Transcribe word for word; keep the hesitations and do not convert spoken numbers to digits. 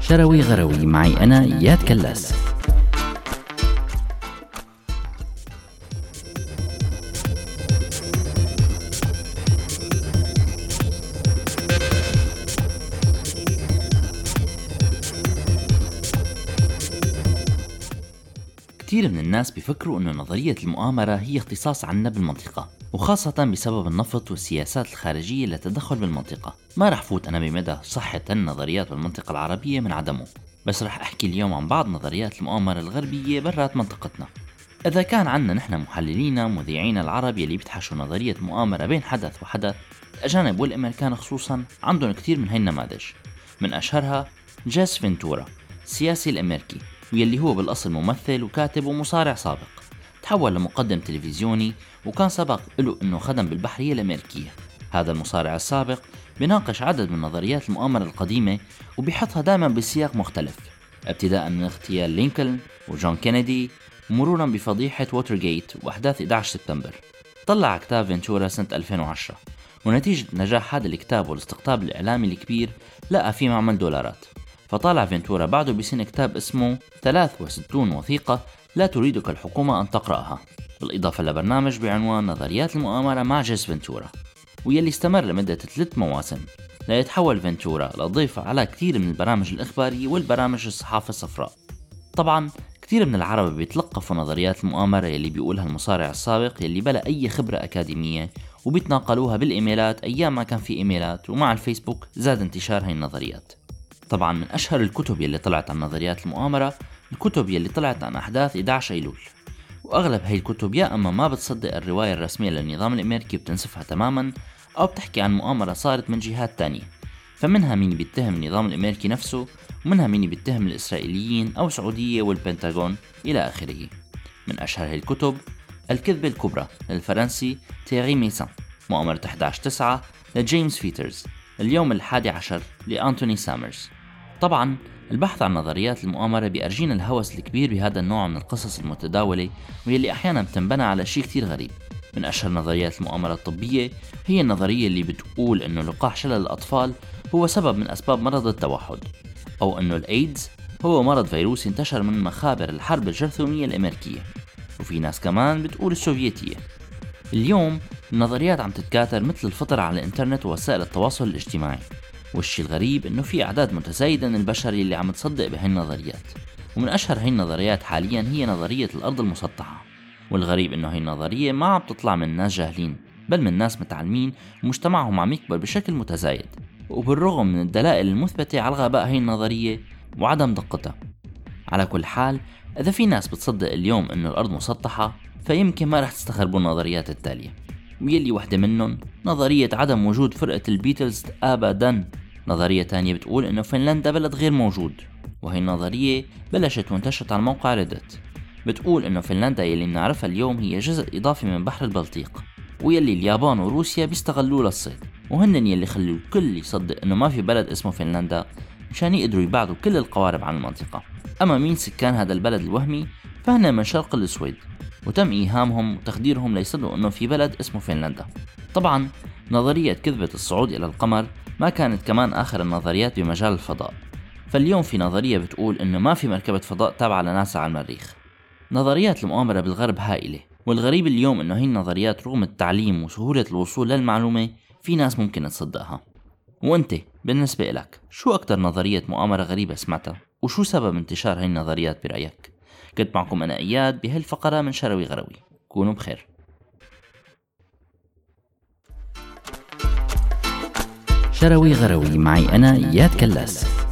شروي غروي معي أنا إياد كلاس. كتير من الناس بيفكروا أنه نظرية المؤامرة هي اختصاص عنا بالمنطقة، وخاصة بسبب النفط والسياسات الخارجية للتدخل بالمنطقة. ما رح فوت أنا بمدى صحة النظريات بالمنطقة العربية من عدمه، بس رح أحكي اليوم عن بعض نظريات المؤامرة الغربية برات منطقتنا. إذا كان عنا نحن محللين مذيعين العرب يلي بيتحشوا نظرية مؤامرة بين حدث وحدث، الأجانب والأمريكان خصوصا عندهم كتير من هاي النماذج. من أشهرها جاس فينتورا، السياسي الأمريكي، واللي هو بالأصل ممثل وكاتب ومصارع سابق، تحول لمقدم تلفزيوني وكان سبق له أنه خدم بالبحرية الأمريكية. هذا المصارع السابق بيناقش عدد من نظريات المؤامرة القديمة وبيحطها دائما بسياق مختلف، ابتداء من اغتيال لينكولن وجون كينيدي مرورا بفضيحة ووترغيت وأحداث إحدى عشر سبتمبر. طلع كتاب فينتورا سنة ألفين وعشرة، ونتيجة نجاح هذا الكتاب والاستقطاب الإعلامي الكبير لقى فيه معمل دولارات. فطالع فينتورا بعده بسنة كتاب اسمه ثلاث وستين وثيقة لا تريدك الحكومة أن تقرأها، بالإضافة لبرنامج بعنوان نظريات المؤامرة مع جاس فينتورا، ويلي استمر لمدة ثلاث مواسم، ليتحول فينتورا لضيف على كثير من البرامج الإخبارية والبرامج الصحافة الصفراء. طبعا كثير من العرب بيتلقفوا نظريات المؤامرة يلي بيقولها المصارع السابق يلي بلا أي خبرة أكاديمية، وبيتناقلوها بالإيميلات أيام ما كان في إيميلات، ومع الفيسبوك زاد انتشار هاي النظريات. طبعا من أشهر الكتب يلي طلعت عن نظريات المؤامرة الكتب يلي طلعت عن أحداث إحدى عشر أيلول، وأغلب هاي الكتب يا أما ما بتصدق الرواية الرسمية للنظام الأمريكي وبتنسفها تماما، أو بتحكي عن مؤامرة صارت من جهات تانية، فمنها مين بيتهم النظام الأمريكي نفسه، ومنها مين بيتهم الإسرائيليين أو سعودية والبنتاغون إلى آخره. من أشهر هاي الكتب الكذبة الكبرى للفرنسي تيري ميسان، مؤامرة أحد عشر تسعة لجيمس فيترز، اليوم الحادي عشر لأنتوني سامرز. طبعا البحث عن نظريات المؤامرة بيأرجينا الهوس الكبير بهذا النوع من القصص المتداولة، واللي أحيانا بتنبنى على شيء كتير غريب. من أشهر نظريات المؤامرة الطبية هي النظرية اللي بتقول أنه لقاح شلل الأطفال هو سبب من أسباب مرض التوحد، أو أنه الإيدز هو مرض فيروسي انتشر من مخابر الحرب الجرثومية الأمريكية، وفي ناس كمان بتقول السوفيتية. اليوم النظريات عم تتكاثر مثل الفطر على الإنترنت ووسائل التواصل الاجتماعي، والشي الغريب انه في اعداد متزايدة من البشر اللي عم تصدق بهي النظريات. ومن اشهر هي النظريات حاليا هي نظرية الارض المسطحة، والغريب انه هي النظرية ما عم تطلع من ناس جاهلين، بل من ناس متعلمين ومجتمعهم عم يكبر بشكل متزايد. وبالرغم من الدلائل المثبتة على غباء هي النظرية وعدم دقتها. على كل حال، اذا في ناس بتصدق اليوم انه الارض مسطحة، فيمكن ما رح تستغربوا النظريات التالية، ويلي واحدة منهم نظرية عدم وجود فرقة البيتلز أبدا. نظرية تانية بتقول إنه فنلندا بلد غير موجود، وهي النظرية بلشت وانتشرت على موقع ريدت، بتقول إنه فنلندا يلي بنعرفها اليوم هي جزء إضافي من بحر البلطيق، ويلي اليابان وروسيا بيستغلوه للصيد، وهن يلي خلوا الكل يصدق إنه ما في بلد اسمه فنلندا مشان يقدروا يبعدوا كل القوارب عن المنطقة. أما مين سكان هذا البلد الوهمي فهن من شرق السويد، وتم إيهامهم وتخديرهم ليصدقوا أنه في بلد اسمه فنلندا. طبعا نظرية كذبة الصعود إلى القمر ما كانت كمان آخر النظريات بمجال الفضاء، فاليوم في نظرية بتقول أنه ما في مركبة فضاء تابعة لناسا على المريخ. نظريات المؤامرة بالغرب هائلة، والغريب اليوم أنه هي النظريات رغم التعليم وسهولة الوصول للمعلومة في ناس ممكن تصدقها. وأنت بالنسبة لك شو أكتر نظرية مؤامرة غريبة سمعتها، وشو سبب انتشار هاي النظريات برأيك؟ كنت معكم أنا إياد بهالفقرة من شروي غروي، كونوا بخير. شروي غروي معي أنا إياد كلاس.